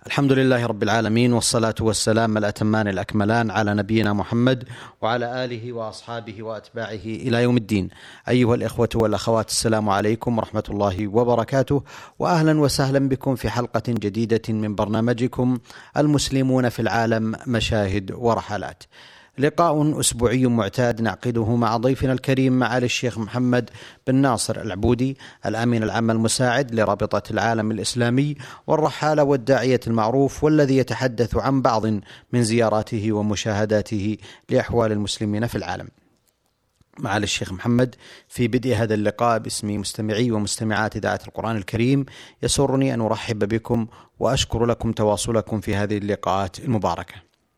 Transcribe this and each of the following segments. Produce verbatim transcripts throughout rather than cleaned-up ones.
الحمد لله رب العالمين، والصلاة والسلام الأتمان الأكملان على نبينا محمد وعلى آله وأصحابه وأتباعه إلى يوم الدين. أيها الإخوة والأخوات، السلام عليكم ورحمة الله وبركاته، وأهلا وسهلا بكم في حلقة جديدة من برنامجكم المسلمون في العالم مشاهد ورحلات. لقاء أسبوعي معتاد نعقده مع ضيفنا الكريم معالي الشيخ محمد بن ناصر العبودي، الأمين العام المساعد لرابطة العالم الإسلامي والرحالة والداعية المعروف، والذي يتحدث عن بعض من زياراته ومشاهداته لأحوال المسلمين في العالم. معالي الشيخ محمد، في بدء هذا اللقاء باسم مستمعي ومستمعات إذاعة القرآن الكريم يسرني أن أرحب بكم وأشكر لكم تواصلكم في هذه اللقاءات المباركة.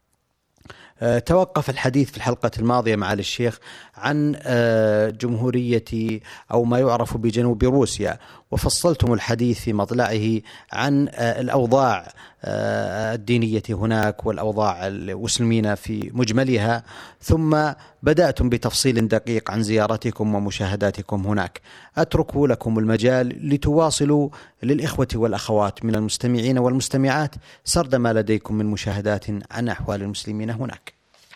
توقف الحديث في الحلقة الماضية معالي الشيخ عن جمهورية أو ما يعرف بجنوب روسيا، وفصلتم الحديث في مطلعه عن الأوضاع الدينية هناك والأوضاع المسلمين في مجملها، ثم بدأتم بتفصيل دقيق عن زيارتكم ومشاهداتكم هناك. أترك لكم المجال لتواصلوا للإخوة والأخوات من المستمعين والمستمعات سرد ما لديكم من مشاهدات عن أحوال المسلمين هناك.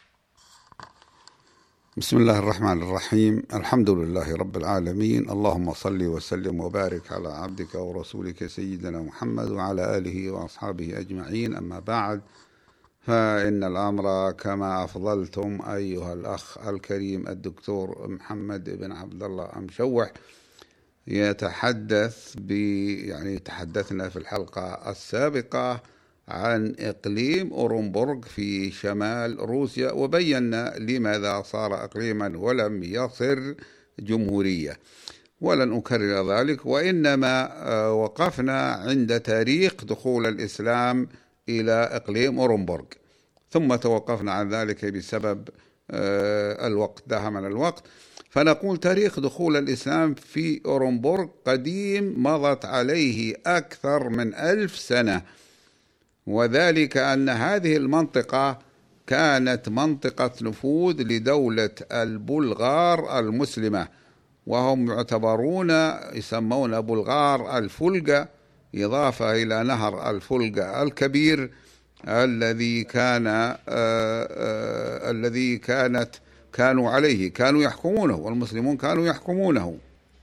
بسم الله الرحمن الرحيم. الحمد لله رب العالمين، اللهم صل وسلم وبارك على عبدك ورسولك سيدنا محمد وعلى آله وأصحابه أجمعين. أما بعد، فإن الأمر كما أفضلتم أيها الأخ الكريم الدكتور محمد بن عبد الله مشوح يتحدث ب يعني تحدثنا في الحلقة السابقة عن إقليم أورنبورغ في شمال روسيا، وبينا لماذا صار إقليما ولم يصر جمهورية، ولن أكرر ذلك، وإنما وقفنا عند تاريخ دخول الإسلام إلى إقليم أورنبورغ، ثم توقفنا عن ذلك بسبب الوقت، دهمنا الوقت. فنقول تاريخ دخول الإسلام في أورنبورغ قديم، مضت عليه أكثر من ألف سنة، وذلك أن هذه المنطقة كانت منطقة نفوذ لدولة البلغار المسلمة، وهم يعتبرون يسمون بلغار الفولغا، إضافة إلى نهر الفولغا الكبير الذي كان آآ آآ الذي كانت كانوا عليه كانوا يحكمونه، والمسلمون كانوا يحكمونه.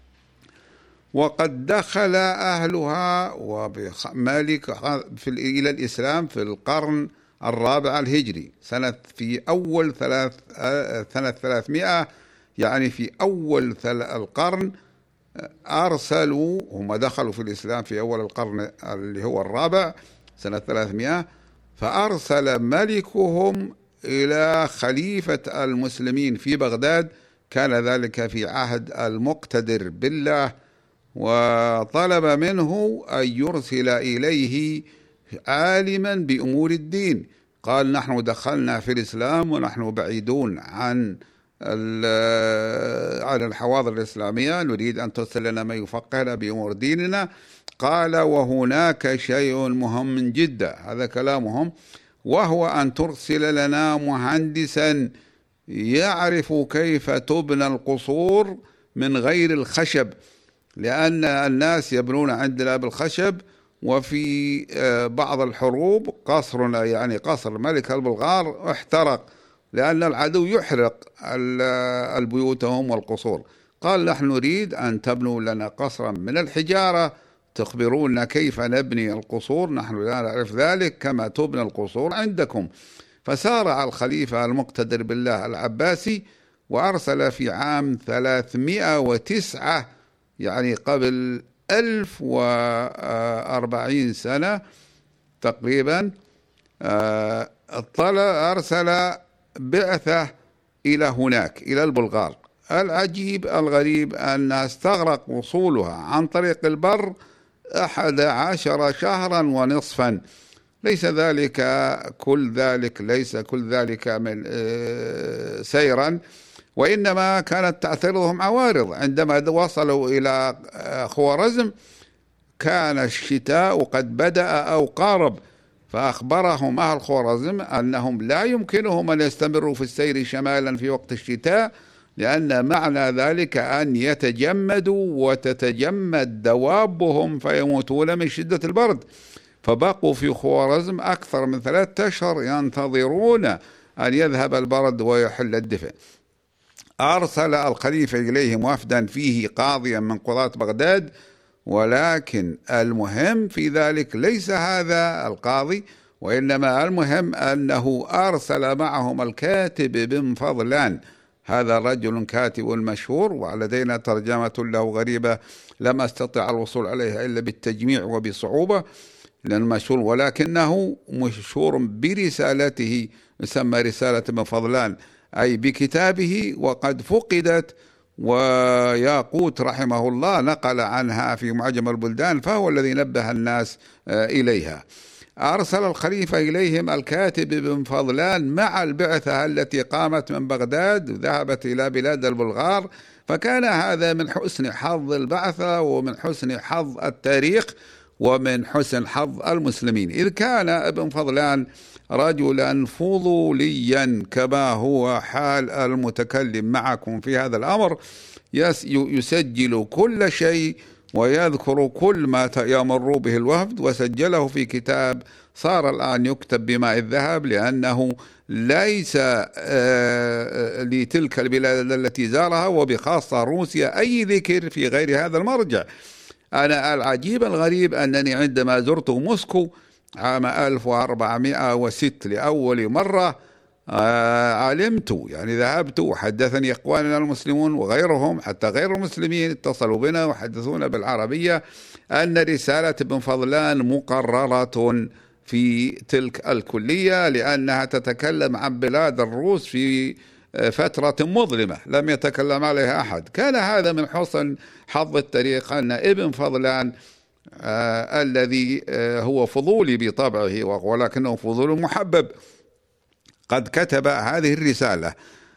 وقد دخل أهلها ومالك في إلى الإسلام في القرن الرابع الهجري، سنة في أول ثلاث سنة ثلاثمائة، يعني في أول القرن أرسلوا، هم دخلوا في الإسلام في أول القرن اللي هو الرابع سنة ثلاثمائة، فأرسل ملكهم إلى خليفة المسلمين في بغداد، كان ذلك في عهد المقتدر بالله، وطلب منه أن يرسل إليه عالما بأمور الدين. قال: نحن دخلنا في الإسلام ونحن بعيدون عن عن الحواضر الإسلامية، نريد أن ترسل لنا من يفقهنا بأمور ديننا. قال: وهناك شيء مهم جدا، هذا كلامهم، وهو أن ترسل لنا مهندسا يعرف كيف تبنى القصور من غير الخشب، لأن الناس يبنون عندنا بالخشب، وفي بعض الحروب قصر يعني قصر ملك البلغار احترق لأن العدو يحرق البيوتهم والقصور. قال: نحن نريد أن تبنوا لنا قصرا من الحجارة، تخبرونا كيف نبني القصور، نحن لا نعرف ذلك كما تبنى القصور عندكم. فسارع الخليفة المقتدر بالله العباسي وأرسل في عام ثلاثمائة وتسعة، يعني قبل ألف وأربعين سنة تقريبا، أرسل بعثة إلى هناك إلى البلغار. العجيب الغريب أنها استغرق وصولها عن طريق البر أحد عشر شهرا ونصفا. ليس ذلك كل ذلك ليس كل ذلك من سيرا، وإنما كانت تعترضهم عوارض. عندما وصلوا إلى خوارزم كان الشتاء قد بدأ أو قارب، فأخبرهم أهل خوارزم أنهم لا يمكنهم أن يستمروا في السير شمالا في وقت الشتاء، لأن معنى ذلك أن يتجمدوا وتتجمد دوابهم فيموتون من شدة البرد. فبقوا في خوارزم أكثر من ثلاثة أشهر ينتظرون أن يذهب البرد ويحل الدفء. أرسل الخليفة إليهم وفدا فيه قاضيا من قضاة بغداد، ولكن المهم في ذلك ليس هذا القاضي، وإنما المهم أنه أرسل معهم الكاتب بن فضلان. هذا رجل كاتب مشهور، ولدينا ترجمة له غريبة لم أستطع الوصول عليها إلا بالتجميع وبصعوبة لأنه مشهور، ولكنه مشهور برسالته، يسمى رسالة ابن فضلان، أي بكتابه، وقد فقدت، وياقوت رحمه الله نقل عنها في معجم البلدان، فهو الذي نبه الناس إليها. أرسل الخليفة إليهم الكاتب بن فضلان مع البعثة التي قامت من بغداد ذهبت إلى بلاد البلغار، فكان هذا من حسن حظ البعثة ومن حسن حظ التاريخ ومن حسن حظ المسلمين، إذ كان ابن فضلان رجلا فضوليا كما هو حال المتكلم معكم في هذا الأمر، يسجل كل شيء ويذكر كل ما يمر به الوفد، وسجله في كتاب صار الآن يكتب بماء الذهب، لأنه ليس لتلك البلاد التي زارها وبخاصة روسيا أي ذكر في غير هذا المرجع. أنا العجيب الغريب أنني عندما زرت موسكو عام ألف وأربعمائة وستة لأول مرة علمت، يعني ذهبت وحدثني إخواننا المسلمون وغيرهم حتى غير المسلمين اتصلوا بنا وحدثونا بالعربية أن رسالة ابن فضلان مقررة في تلك الكلية، لأنها تتكلم عن بلاد الروس في فترة مظلمة لم يتكلم عليها أحد. كان هذا من حسن حظ التاريخ أن ابن فضلان آه الذي آه هو فضولي بطبعه ولكنه فضول محبب قد كتب هذه الرسالة.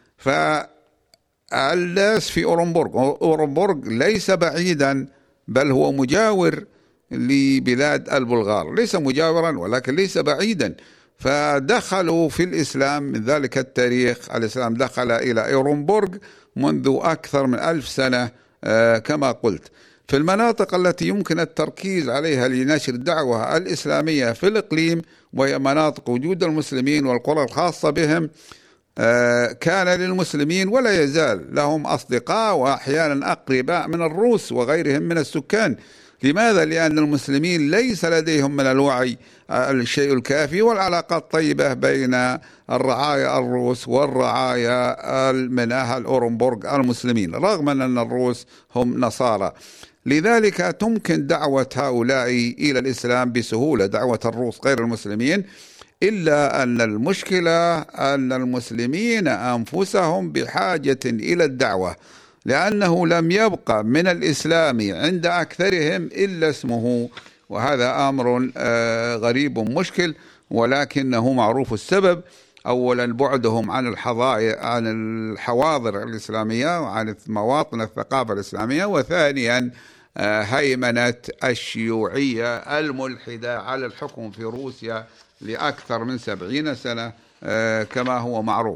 فالناس في أورنبورغ، أورنبورغ ليس بعيدا بل هو مجاور لبلاد البلغار، ليس مجاورا ولكن ليس بعيدا، فدخلوا في الإسلام من ذلك التاريخ. الإسلام دخل إلى أورنبورغ منذ أكثر من ألف سنة آه كما قلت. في المناطق التي يمكن التركيز عليها لنشر الدعوة الإسلامية في الإقليم، وهي مناطق وجود المسلمين والقرى الخاصة بهم، آه كان للمسلمين ولا يزال لهم أصدقاء وأحيانا أقرباء من الروس وغيرهم من السكان. لماذا؟ لأن المسلمين ليس لديهم من الوعي الشيء الكافي والعلاقات الطيبة بين الرعايا الروس والرعايا من أهل أورنبورغ المسلمين، رغم أن الروس هم نصارى. لذلك تمكن دعوة هؤلاء إلى الإسلام بسهولة، دعوة الروس غير المسلمين، إلا أن المشكلة أن المسلمين أنفسهم بحاجة إلى الدعوة، لأنه لم يبقى من الإسلام عند أكثرهم إلا اسمه، وهذا أمر غريب مشكل ولكنه معروف السبب. أولا بعدهم عن الحضائر عن الحواضر الإسلامية وعن مواطن الثقافة الإسلامية، وثانيا هيمنة الشيوعية الملحدة على الحكم في روسيا لأكثر من سبعين سنة كما هو معروف.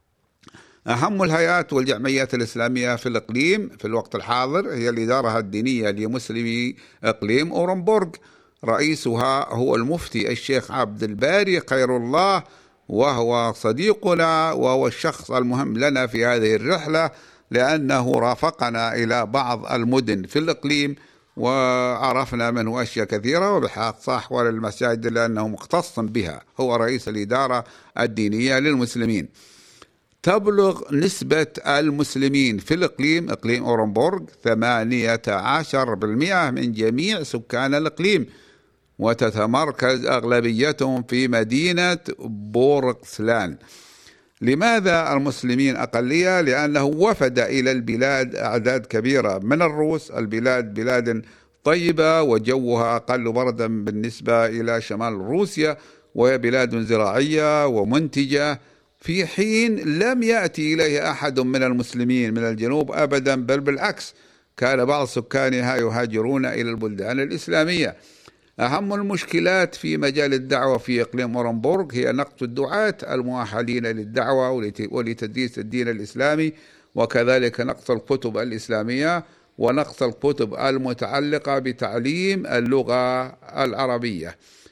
أهم الهيئات والجمعيات الإسلامية في الإقليم في الوقت الحاضر هي الإدارة الدينية لمسلمي إقليم أورنبورغ، رئيسها هو المفتي الشيخ عبد الباري خير الله، وهو صديقنا وهو الشخص المهم لنا في هذه الرحلة، لأنه رافقنا إلى بعض المدن في الإقليم وعرفنا منه أشياء كثيرة، وبحق أحوال المساجد لأنه مختص بها، هو رئيس الإدارة الدينية للمسلمين. تبلغ نسبة المسلمين في الإقليم إقليم أورنبورغ ثمانية عشر بالمئة من جميع سكان الإقليم، وتتمركز أغلبيتهم في مدينة بورغسلان. لماذا المسلمين أقلية؟ لأنه وفد إلى البلاد أعداد كبيرة من الروس. البلاد بلاد طيبة وجوها أقل بردا بالنسبة إلى شمال روسيا، وهي بلاد زراعية ومنتجة، في حين لم يأتي إليه أحد من المسلمين من الجنوب أبدا، بل بالعكس كان بعض سكانها يهاجرون إلى البلدان الإسلامية. أهم المشكلات في مجال الدعوة في إقليم أورنبورغ هي نقص الدعاة المؤهلين للدعوة ولتدريس الدين الإسلامي، وكذلك نقص الكتب الإسلامية ونقص الكتب المتعلقة بتعليم اللغة العربية.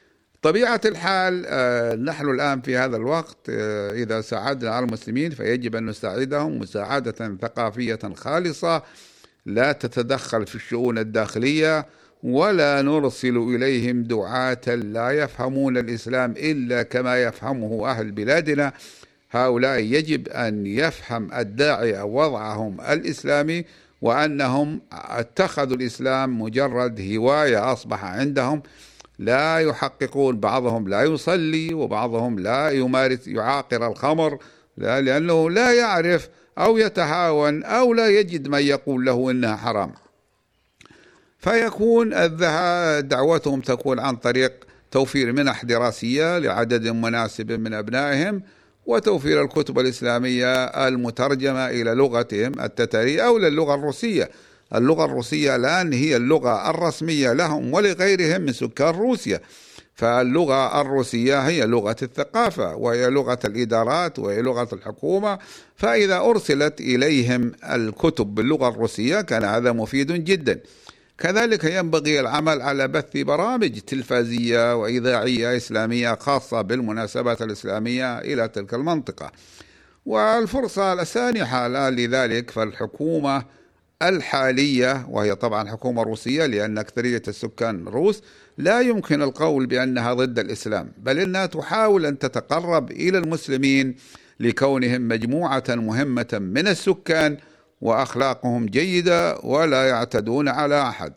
طبيعة الحال نحن الآن في هذا الوقت إذا ساعدنا على المسلمين فيجب أن نساعدهم مساعدة ثقافية خالصة لا تتدخل في الشؤون الداخلية، ولا نرسل إليهم دعاة لا يفهمون الإسلام إلا كما يفهمه أهل بلادنا. هؤلاء يجب أن يفهم الداعية وضعهم الإسلامي، وأنهم اتخذوا الإسلام مجرد هواية أصبح عندهم، لا يحققون. بعضهم لا يصلي وبعضهم لا يمارس يعاقر الخمر لا لأنه لا يعرف أو يتهاون أو لا يجد من يقول له إنها حرام، فيكون دعوتهم تكون عن طريق توفير منح دراسية لعدد مناسب من أبنائهم، وتوفير الكتب الإسلامية المترجمة إلى لغتهم التتارية أو للغة الروسية. اللغة الروسية الآن هي اللغة الرسمية لهم ولغيرهم من سكان روسيا، فاللغة الروسية هي لغة الثقافة وهي لغة الإدارات وهي لغة الحكومة، فإذا أرسلت إليهم الكتب باللغة الروسية كان هذا مفيد جدا. كذلك ينبغي العمل على بث برامج تلفزية وإذاعية إسلامية خاصة بالمناسبات الإسلامية إلى تلك المنطقة. والفرصة السانحة الآن لذلك فالحكومة الحالية، وهي طبعا حكومة روسية لأن أكثرية السكان روس، لا يمكن القول بأنها ضد الإسلام، بل إنها تحاول أن تتقرب إلى المسلمين لكونهم مجموعة مهمة من السكان وأخلاقهم جيدة ولا يعتدون على أحد.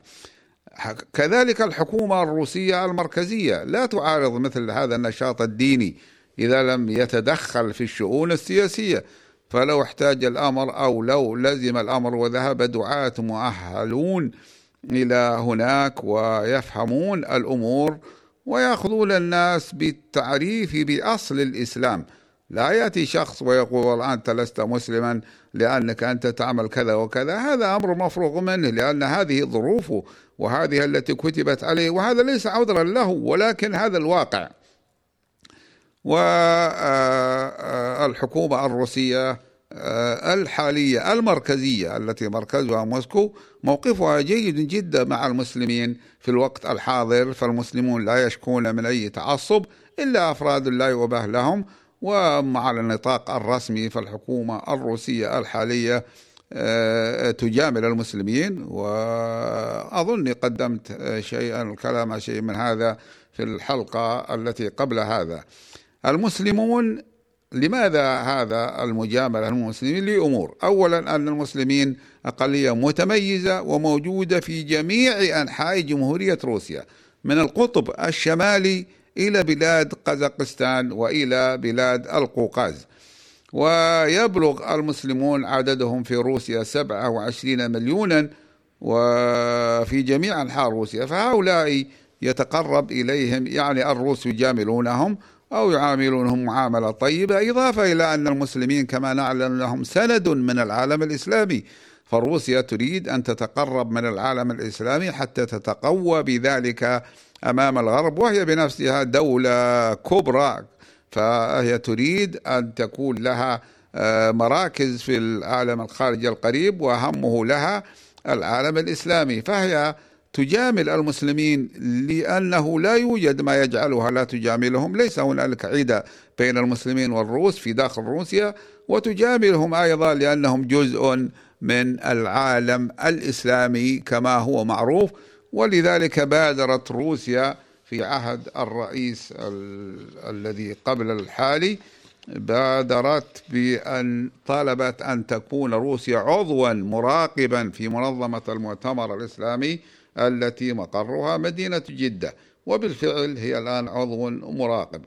كذلك الحكومة الروسية المركزية لا تعارض مثل هذا النشاط الديني إذا لم يتدخل في الشؤون السياسية، فلو احتاج الأمر أو لو لزم الأمر وذهب دعاة مؤهلون إلى هناك ويفهمون الأمور ويأخذون الناس بالتعريف بأصل الإسلام. لا يأتي شخص ويقول أنت لست مسلما لأنك أنت تعمل كذا وكذا، هذا أمر مفروغ منه، لأن هذه ظروفه وهذه التي كتبت عليه، وهذا ليس عذرا له ولكن هذا الواقع. والحكومة الروسية الحالية المركزية التي مركزها موسكو موقفها جيد جدا مع المسلمين في الوقت الحاضر، فالمسلمون لا يشكون من أي تعصب إلا أفراد لا يباه لهم. ومع النطاق الرسمي فالحكومة الروسية الحالية تجامل المسلمين، وأظني قدمت شيئا كلام شيء من هذا في الحلقة التي قبل هذا. المسلمون لماذا هذا المجاملة المسلمين؟ لأمور: أولا أن المسلمين أقلية متميزة وموجودة في جميع أنحاء جمهورية روسيا، من القطب الشمالي إلى بلاد قزاقستان وإلى بلاد القوقاز، ويبلغ المسلمون عددهم في روسيا سبعة وعشرين مليونا وفي جميع أنحاء روسيا، فهؤلاء يتقرب إليهم، يعني الروس يجاملونهم أو يعاملونهم معاملة طيبة، إضافة إلى أن المسلمين كما نعلم لهم سند من العالم الإسلامي، فروسيا تريد أن تتقرب من العالم الإسلامي حتى تتقوى بذلك أمام الغرب، وهي بنفسها دولة كبرى، فهي تريد أن تكون لها مراكز في العالم الخارجي القريب، وهمه لها العالم الإسلامي، فهي تجامل المسلمين لأنه لا يوجد ما يجعلها لا تجاملهم. ليس هنالك عداء بين المسلمين والروس في داخل روسيا، وتجاملهم أيضا لأنهم جزء من العالم الإسلامي كما هو معروف. ولذلك بادرت روسيا في عهد الرئيس الذي قبل الحالي، بادرت بأن طلبت أن تكون روسيا عضوا مراقبا في منظمة المؤتمر الإسلامي التي مقرها مدينة جدة، وبالفعل هي الآن عضو مراقب.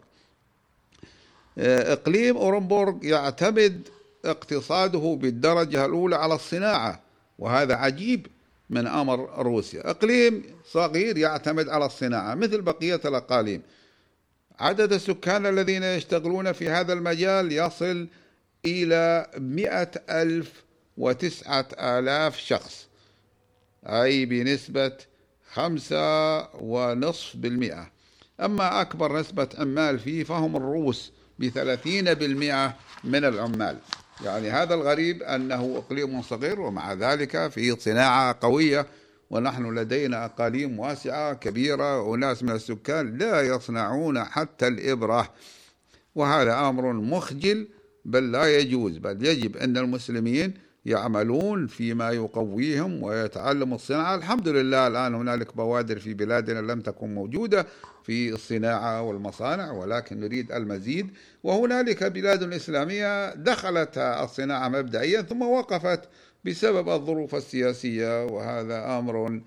إقليم أورنبورغ يعتمد اقتصاده بالدرجة الأولى على الصناعة، وهذا عجيب من أمر روسيا. إقليم صغير يعتمد على الصناعة مثل بقية الأقاليم. عدد السكان الذين يشتغلون في هذا المجال يصل إلى مئة ألف وتسعة آلاف شخص، أي بنسبة خمسة ونصف بالمئة. أما أكبر نسبة عمال فيه فهم الروس بثلاثين بالمئة من العمال. يعني هذا الغريب أنه إقليم صغير ومع ذلك فيه صناعة قوية ونحن لدينا أقاليم واسعة كبيرة وناس من السكان لا يصنعون حتى الإبرة، وهذا أمر مخجل بل لا يجوز، بل يجب أن المسلمين يعملون فيما يقويهم ويتعلموا الصناعة. الحمد لله الآن هنالك بوادر في بلادنا لم تكن موجودة في الصناعة والمصانع، ولكن نريد المزيد. وهنالك بلاد إسلامية دخلت الصناعة مبدئيا ثم وقفت بسبب الظروف السياسية، وهذا أمر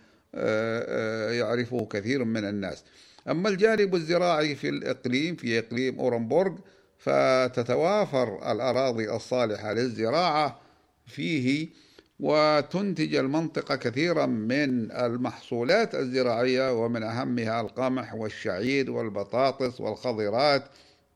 يعرفه كثير من الناس. أما الجانب الزراعي في الإقليم، في إقليم أورنبورغ، فتتوافر الأراضي الصالحة للزراعة فيه، وتنتج المنطقة كثيرا من المحصولات الزراعية، ومن أهمها القمح والشعير والبطاطس والخضرات.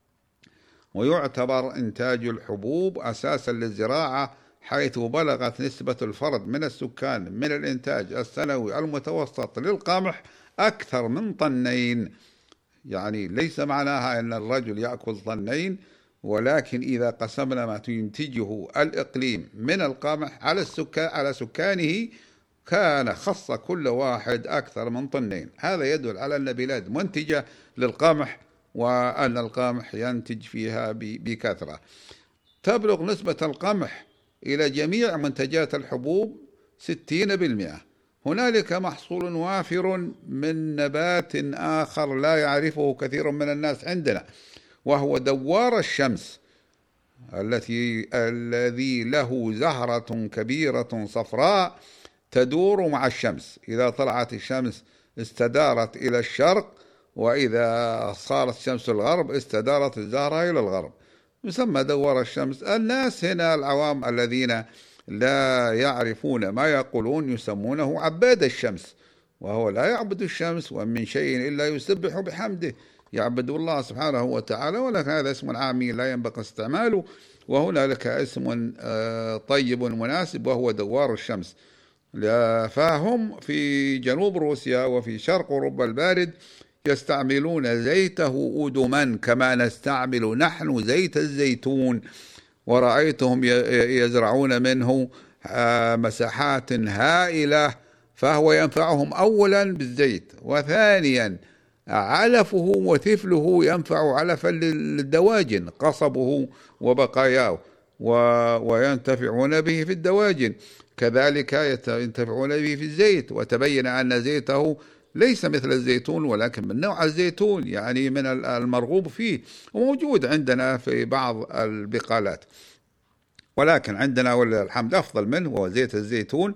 ويعتبر إنتاج الحبوب أساسا للزراعة، حيث بلغت نسبة الفرد من السكان من الإنتاج السنوي المتوسط للقمح أكثر من طنين. يعني ليس معناها أن الرجل يأكل طنين، ولكن إذا قسمنا ما ينتجه الإقليم من القمح على السكان على سكانه كان خص كل واحد أكثر من طنين. هذا يدل على أن بلاد منتجة للقمح، وأن القمح ينتج فيها بكثرة. تبلغ نسبة القمح إلى جميع منتجات الحبوب ستين بالمئة. هنالك محصول وافر من نبات آخر لا يعرفه كثير من الناس عندنا، وهو دوار الشمس، التي الذي له زهرة كبيرة صفراء تدور مع الشمس. إذا طلعت الشمس استدارت إلى الشرق، وإذا صارت الشمس الغرب استدارت الزهرة إلى الغرب. يسمى دوار الشمس. الناس هنا العوام الذين لا يعرفون ما يقولون يسمونه عباد الشمس، وهو لا يعبد الشمس ومن شيء إلا يسبح بحمده، يعبد الله سبحانه وتعالى، ولكن هذا اسم عامي لا ينبغي استعماله. وهنالك اسم طيب مناسب وهو دوار الشمس. فهم في جنوب روسيا وفي شرق أوروبا البارد يستعملون زيته أدما كما نستعمل نحن زيت الزيتون، ورأيتهم يزرعون منه مساحات هائلة، فهو ينفعهم أولا بالزيت، وثانيا علفه وثفله ينفع علفا للدواجن، قصبه وبقاياه، وينتفعون به في الدواجن، كذلك ينتفعون به في الزيت. وتبين أن زيته ليس مثل الزيتون ولكن من نوع الزيتون، يعني من المرغوب فيه، وموجود عندنا في بعض البقالات، ولكن عندنا ولله الحمد أفضل منه وهو زيت الزيتون.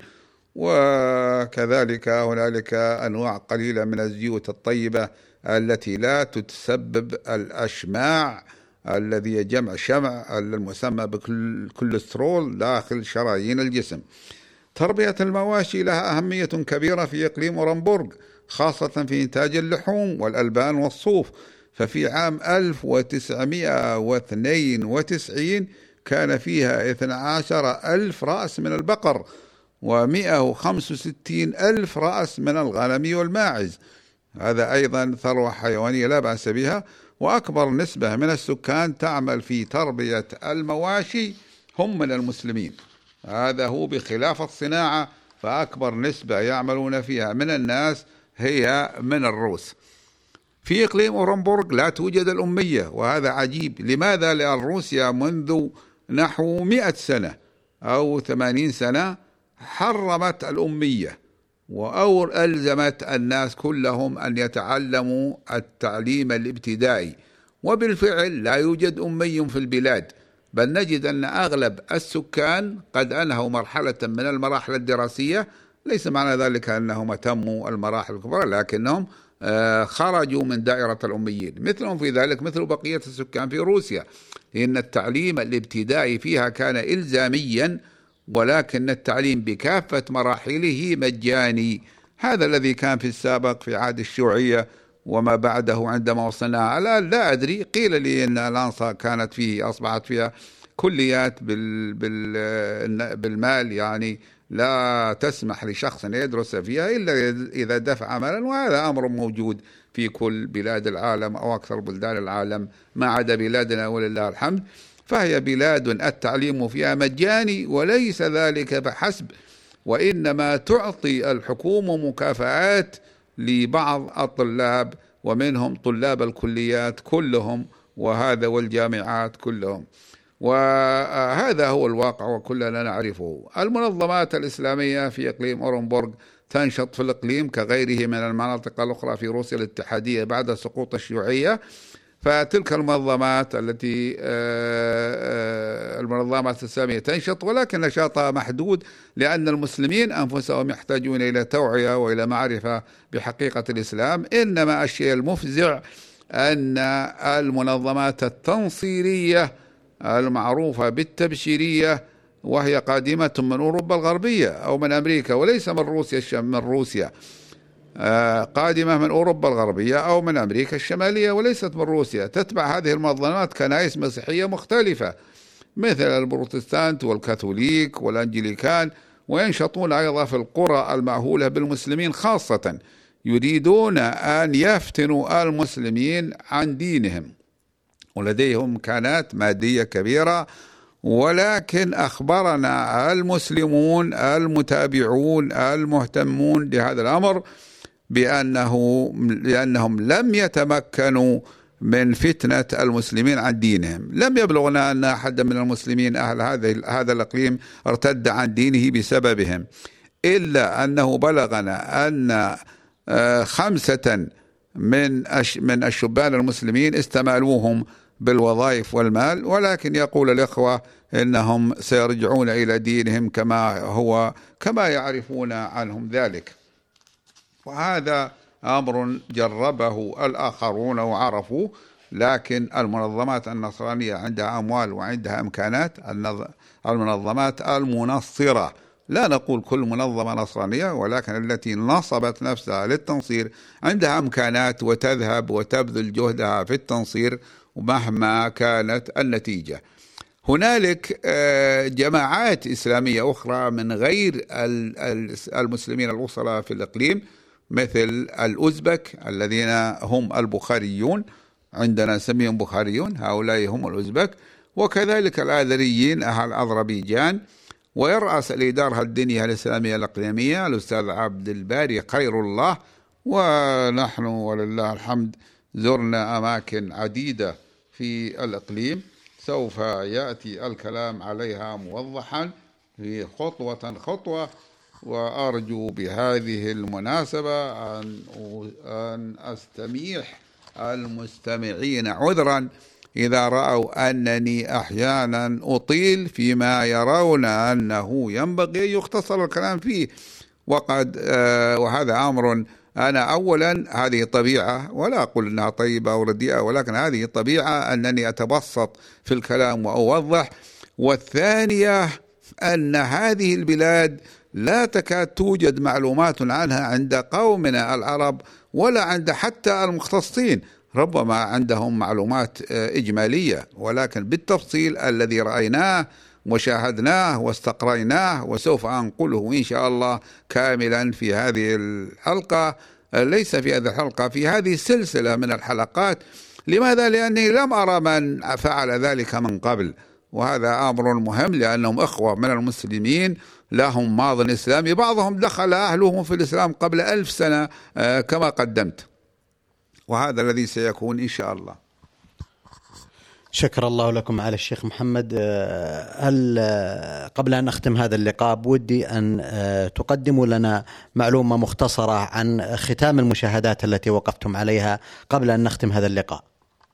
وكذلك هنالك أنواع قليلة من الزيوت الطيبة التي لا تتسبب الأشماع الذي جمع شمع المسمى بالكوليسترول داخل شرايين الجسم. تربية المواشي لها أهمية كبيرة في إقليم أورنبورغ، خاصة في إنتاج اللحوم والألبان والصوف. ففي عام ألف وتسعمائة واثنين وتسعين كان فيها اثني عشر ألف رأس من البقر، ومئة وخمسة وستين ألف رأس من الغنم والماعز. هذا أيضا ثروة حيوانية لا بأس بها. وأكبر نسبة من السكان تعمل في تربية المواشي هم من المسلمين، هذا هو بخلاف الصناعة، فأكبر نسبة يعملون فيها من الناس هي من الروس. في إقليم أورنبورغ لا توجد الأمية، وهذا عجيب. لماذا؟ لأن روسيا منذ نحو مئة سنة أو ثمانين سنة حرمت الأمية، وأو ألزمت الناس كلهم أن يتعلموا التعليم الابتدائي، وبالفعل لا يوجد أمي في البلاد، بل نجد أن أغلب السكان قد أنهوا مرحلة من المراحل الدراسية. ليس معنى ذلك أنهم أتموا المراحل الكبرى، لكنهم خرجوا من دائرة الأميين. مثلهم في ذلك مثل بقية السكان في روسيا، لأن التعليم الابتدائي فيها كان إلزاميا، ولكن التعليم بكافة مراحله مجاني. هذا الذي كان في السابق في عهد الشيوعية وما بعده عندما وصلنا. الآن لا أدري، قيل لي أن الآن كانت فيه أصبحت فيها كليات بال بال بالمال، يعني لا تسمح لشخص أن يدرس فيها إلا إذا دفع مالا، وهذا أمر موجود في كل بلاد العالم أو أكثر بلدان العالم ما عدا بلادنا ولله الحمد. فهي بلاد التعليم فيها مجاني، وليس ذلك فحسب، وإنما تعطي الحكومة مكافآت لبعض الطلاب، ومنهم طلاب الكليات كلهم، وهذا والجامعات كلهم. وهذا هو الواقع وكلنا نعرفه. المنظمات الإسلامية في إقليم أورنبورغ تنشط في الإقليم كغيره من المناطق الأخرى في روسيا الاتحادية بعد سقوط الشيوعية. فتلك المنظمات التي المنظمات الإسلامية تنشط، ولكن نشاطها محدود، لأن المسلمين أنفسهم يحتاجون إلى توعية وإلى معرفة بحقيقة الإسلام. إنما الشيء المفزع أن المنظمات التنصيرية المعروفة بالتبشيرية، وهي قادمة من أوروبا الغربية أو من أمريكا وليس من روسيا من روسيا قادمة من أوروبا الغربية أو من أمريكا الشمالية وليست من روسيا، تتبع هذه المنظمات كنائس مسيحية مختلفة مثل البروتستانت والكاثوليك والأنجليكان، وينشطون أيضا في القرى المأهولة بالمسلمين خاصة، يريدون أن يفتنوا المسلمين عن دينهم، ولديهم إمكانات مادية كبيرة. ولكن أخبرنا المسلمون المتابعون المهتمون بهذا الأمر بأنه لأنهم لم يتمكنوا من فتنة المسلمين عن دينهم. لم يبلغنا أن أحد من المسلمين أهل هذا الإقليم ارتد عن دينه بسببهم، إلا أنه بلغنا أن خمسة من من الشبان المسلمين استمالوهم بالوظائف والمال، ولكن يقول الإخوة إنهم سيرجعون إلى دينهم كما هو كما يعرفون عنهم ذلك. وهذا أمر جربه الآخرون وعرفوا. لكن المنظمات النصرانية عندها أموال وعندها إمكانات. المنظمات المنصرة، لا نقول كل منظمة نصرانية، ولكن التي نصبت نفسها للتنصير عندها إمكانات وتذهب وتبذل جهدها في التنصير ومهما كانت النتيجة. هنالك جماعات إسلامية أخرى من غير المسلمين الأصلاء في الإقليم، مثل الأوزبك الذين هم البخاريون، عندنا نسميهم بخاريون، هؤلاء هم الأوزبك، وكذلك الآذريين أهل أذربيجان. ويرأس الإدارة الدينية الإسلامية الإقليمية الأستاذ عبد الباري خير الله. ونحن ولله الحمد زرنا أماكن عديدة في الإقليم، سوف يأتي الكلام عليها موضحا في خطوة خطوة. وأرجو بهذه المناسبة أن أن أستميح المستمعين عذرا إذا رأوا أنني أحيانا أطيل فيما يرون أنه ينبغي أن يختصر الكلام فيه، وقد وهذا أمر أنا أولا هذه طبيعة، ولا أقول أنها طيبة أو رديئة، ولكن هذه طبيعة أنني أتبسط في الكلام وأوضح. والثانية أن هذه البلاد لا تكاد توجد معلومات عنها عند قومنا العرب ولا عند حتى المختصين. ربما عندهم معلومات إجمالية، ولكن بالتفصيل الذي رأيناه وشاهدناه واستقريناه وسوف أنقله إن شاء الله كاملا في هذه الحلقة، ليس في هذه الحلقة، في هذه السلسلة من الحلقات. لماذا؟ لأني لم أرى من فعل ذلك من قبل، وهذا أمر مهم، لأنهم إخوة من المسلمين لهم ماض إسلامي، بعضهم دخل أهلهم في الإسلام قبل ألف سنة كما قدمت، وهذا الذي سيكون إن شاء الله. شكر الله لكم على الشيخ محمد. هل قبل أن نختم هذا اللقاء بودي أن تقدموا لنا معلومة مختصرة عن ختام المشاهدات التي وقفتم عليها قبل أن نختم هذا اللقاء؟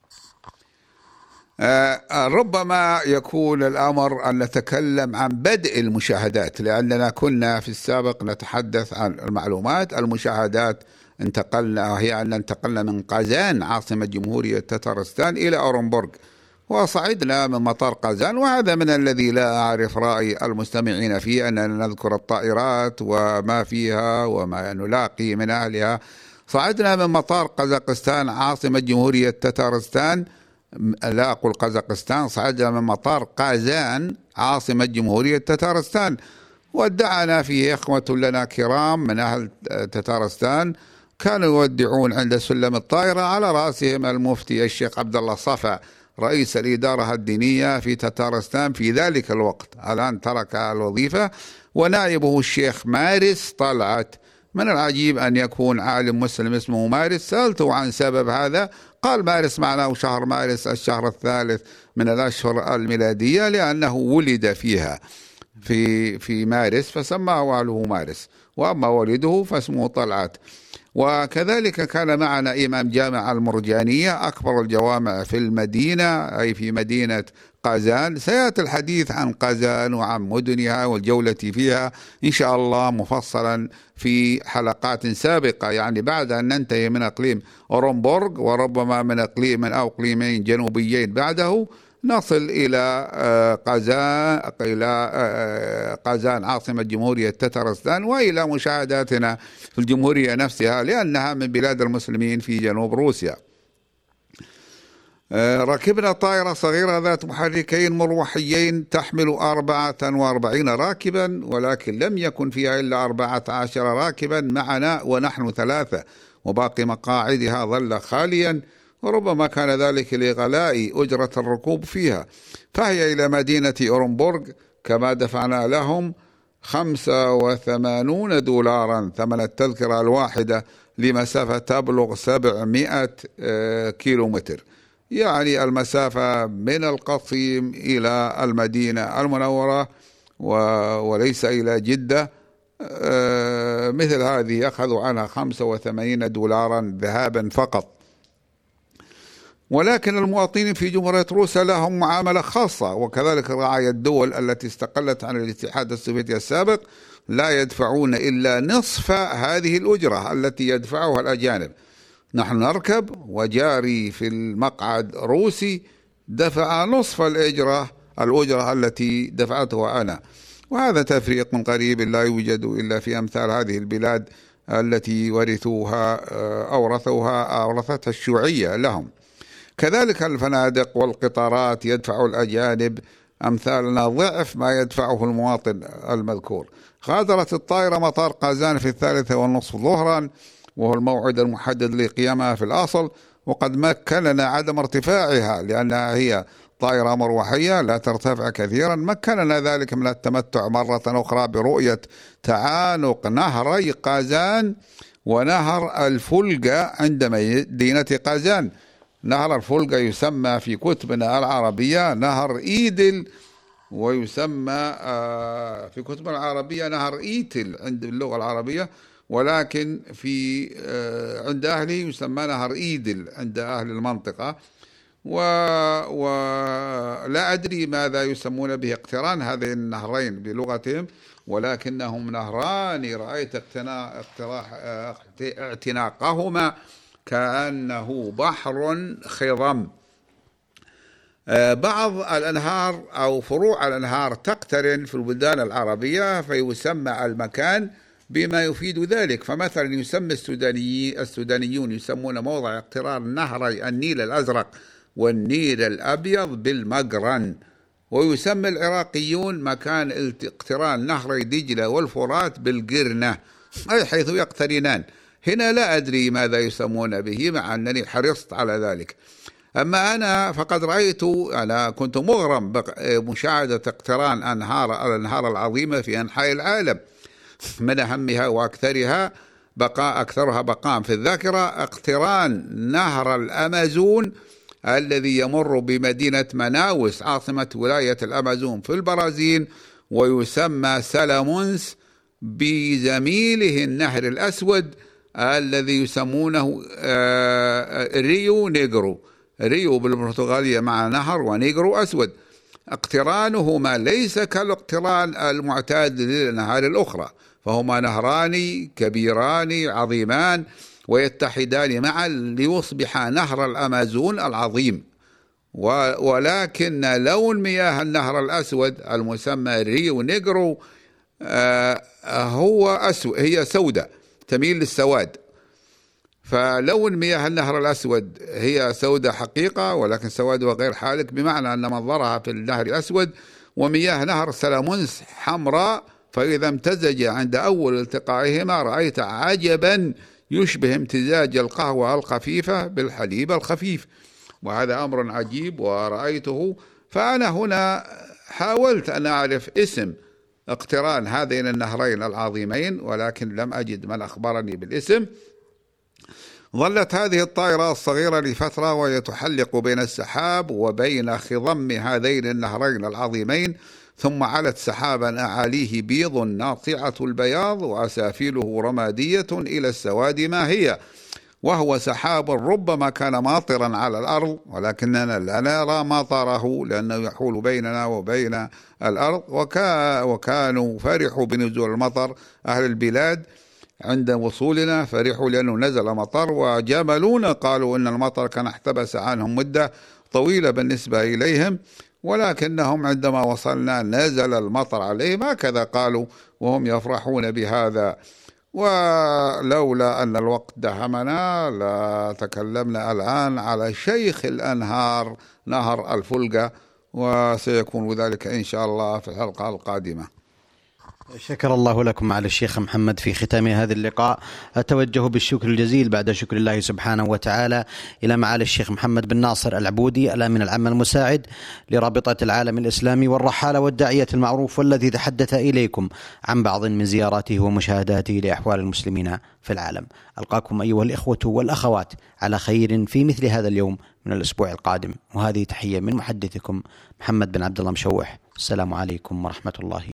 ربما يكون الأمر أن نتكلم عن بدء المشاهدات، لأننا كنا في السابق نتحدث عن المعلومات. المشاهدات انتقلنا هي أن انتقلنا من قازان عاصمة جمهورية تتارستان إلى أورنبورغ، وصعدنا من مطار قازان، وهذا من الذي لا أعرف رأي المستمعين فيه، أننا نذكر الطائرات وما فيها وما نلاقي من أهلها. صعدنا من مطار قزاقستان عاصمة جمهورية تتارستان، لا أقول قزاقستان، صعدنا من مطار قازان عاصمة جمهورية تتارستان، ودعنا فيه إخوة لنا كرام من أهل تتارستان، كانوا يودعون عند سلم الطائرة، على رأسهم المفتي الشيخ عبد الله صفا رئيس الإدارة الدينية في تتارستان في ذلك الوقت. الآن ترك الوظيفة، ونائبه الشيخ مارس طلعت. من العجيب أن يكون عالم مسلم اسمه مارس. سألته عن سبب هذا، قال مارس معناه شهر مارس الشهر الثالث من الأشهر الميلادية، لأنه ولد فيها في في مارس فسماه والده مارس، وأما والده فاسمه طلعت. وكذلك كان معنا إمام جامع المرجانية أكبر الجوامع في المدينة، أي في مدينة قازان. سيأتي الحديث عن قازان وعن مدنها والجولة فيها إن شاء الله مفصلا في حلقات سابقة، يعني بعد أن ننتهي من إقليم أورنبورغ، وربما من إقليم من أو إقليمين جنوبيين بعده نصل إلى قازان إلى قازان عاصمة جمهورية تترستان، وإلى مشاهداتنا في الجمهورية نفسها لأنها من بلاد المسلمين في جنوب روسيا. ركبنا طائرة صغيرة ذات محركين مروحيين تحمل أربعة وأربعين راكبا، ولكن لم يكن فيها إلا أربعة عشر راكبا معنا ونحن ثلاثة، وباقي مقاعدها ظل خاليا، وربما كان ذلك لغلاء أجرة الركوب فيها. فهي إلى مدينة أورنبورغ كما دفعنا لهم خمسة وثمانين دولارا ثمن التذكرة الواحدة لمسافة تبلغ سبعمائة كيلومتر، يعني المسافة من القصيم إلى المدينة المنورة وليس إلى جدة. مثل هذه أخذوا عنها خمسة وثمانين دولارا ذهابا فقط. ولكن المواطنين في جمهورية روسيا لهم معاملة خاصة، وكذلك رعايا الدول التي استقلت عن الاتحاد السوفيتي السابق لا يدفعون إلا نصف هذه الأجرة التي يدفعها الأجانب. نحن نركب وجاري في المقعد روسي دفع نصف الأجرة الأجرة التي دفعتها أنا، وهذا تفريق من قريب لا يوجد إلا في أمثال هذه البلاد التي ورثوها أورثوها أورثتها الشيوعية لهم. كذلك الفنادق والقطارات يدفع الأجانب أمثالنا ضعف ما يدفعه المواطن المذكور. غادرت الطائرة مطار قازان في الثالثة والنصف ظهرا، وهو الموعد المحدد لقيامها في الأصل، وقد مكننا عدم ارتفاعها لأنها هي طائرة مروحية لا ترتفع كثيرا. مكننا ذلك من التمتع مرة أخرى برؤية تعانق نهري قازان ونهر الفولغا عند مدينة قازان. نهر الفولغا يسمى في كتبنا العربية نهر إيدل، ويسمى في كتبنا العربية نهر إيتل عند اللغة العربية، ولكن في عند أهله يسمى نهر إيدل عند أهل المنطقة. ولا أدري ماذا يسمون به اقتران هذين النهرين بلغتهم، ولكنهم نهران رأيت اعتناقهما كأنه بحر خضم. بعض الأنهار أو فروع الأنهار تقترن في البلدان العربية فيسمى المكان بما يفيد ذلك. فمثلا يسمى السوداني السودانيون يسمون موضع اقتران نهري النيل الأزرق والنيل الأبيض بالمقرن، ويسمى العراقيون مكان اقتران نهري دجلة والفرات بالقرنة، أي حيث يقترنان. هنا لا أدري ماذا يسمون به مع أنني حرصت على ذلك. أما أنا فقد رأيت، أنا كنت مغرم بمشاهدة اقتران أنهار الأنهار العظيمة في أنحاء العالم، من أهمها وأكثرها بقاء أكثرها بقاء في الذاكرة اقتران نهر الأمازون الذي يمر بمدينة مناوس عاصمة ولاية الأمازون في البرازيل، ويسمى سالامونس بزميله النهر الأسود الذي يسمونه ريو نيغرو. ريو بالبرتغالية مع نهر ونيغرو أسود. اقترانهما ليس كالاقتران المعتاد للأنهار الأخرى، فهما نهران كبيران عظيمان ويتحدان معا ليصبح نهر الأمازون العظيم. ولكن لون مياه النهر الأسود المسمى ريو نيغرو هو أسود، هي سوداء تميل للسواد. فلون مياه النهر الأسود هي سوداء حقيقة، ولكن سواد وغير حالك، بمعنى أن منظرها في النهر الأسود. ومياه نهر سالامونس حمراء، فإذا امتزج عند أول التقائهما رأيت عجبا يشبه امتزاج القهوة الخفيفة بالحليب الخفيف، وهذا أمر عجيب ورأيته. فأنا هنا حاولت أن أعرف اسم اقتران هذين النهرين العظيمين، ولكن لم أجد من أخبرني بالاسم. ظلت هذه الطائرة الصغيرة لفترة وهي تحلق بين السحاب وبين خضم هذين النهرين العظيمين، ثم علت سحابا أعاليه بيض ناطعة البياض وأسافله رمادية إلى السواد ما هي، وهو سحاب ربما كان ماطرا على الأرض، ولكننا لا نرى مطره لأنه يحول بيننا وبين الأرض. وكا وكانوا فرحوا بنزول المطر، أهل البلاد عند وصولنا فرحوا لأنه نزل مطر، وجاملونا قالوا إن المطر كان احتبس عنهم مدة طويلة بالنسبة إليهم، ولكنهم عندما وصلنا نزل المطر عليهم، هكذا قالوا وهم يفرحون بهذا. ولولا أن الوقت دهمنا لتكلمنا الآن على شيخ الأنهار نهر الفولغا، وسيكون ذلك إن شاء الله في الحلقة القادمة. شكر الله لكم معالي الشيخ محمد. في ختام هذا اللقاء أتوجه بالشكر الجزيل بعد شكر الله سبحانه وتعالى إلى معالي الشيخ محمد بن ناصر العبودي، الأمين العام المساعد لرابطة العالم الإسلامي والرحالة والداعية المعروف، والذي تحدث إليكم عن بعض من زياراته ومشاهداته لأحوال المسلمين في العالم. ألقاكم أيها الإخوة والأخوات على خير في مثل هذا اليوم من الأسبوع القادم، وهذه تحية من محدثكم محمد بن عبد الله مشوح. السلام عليكم ورحمة الله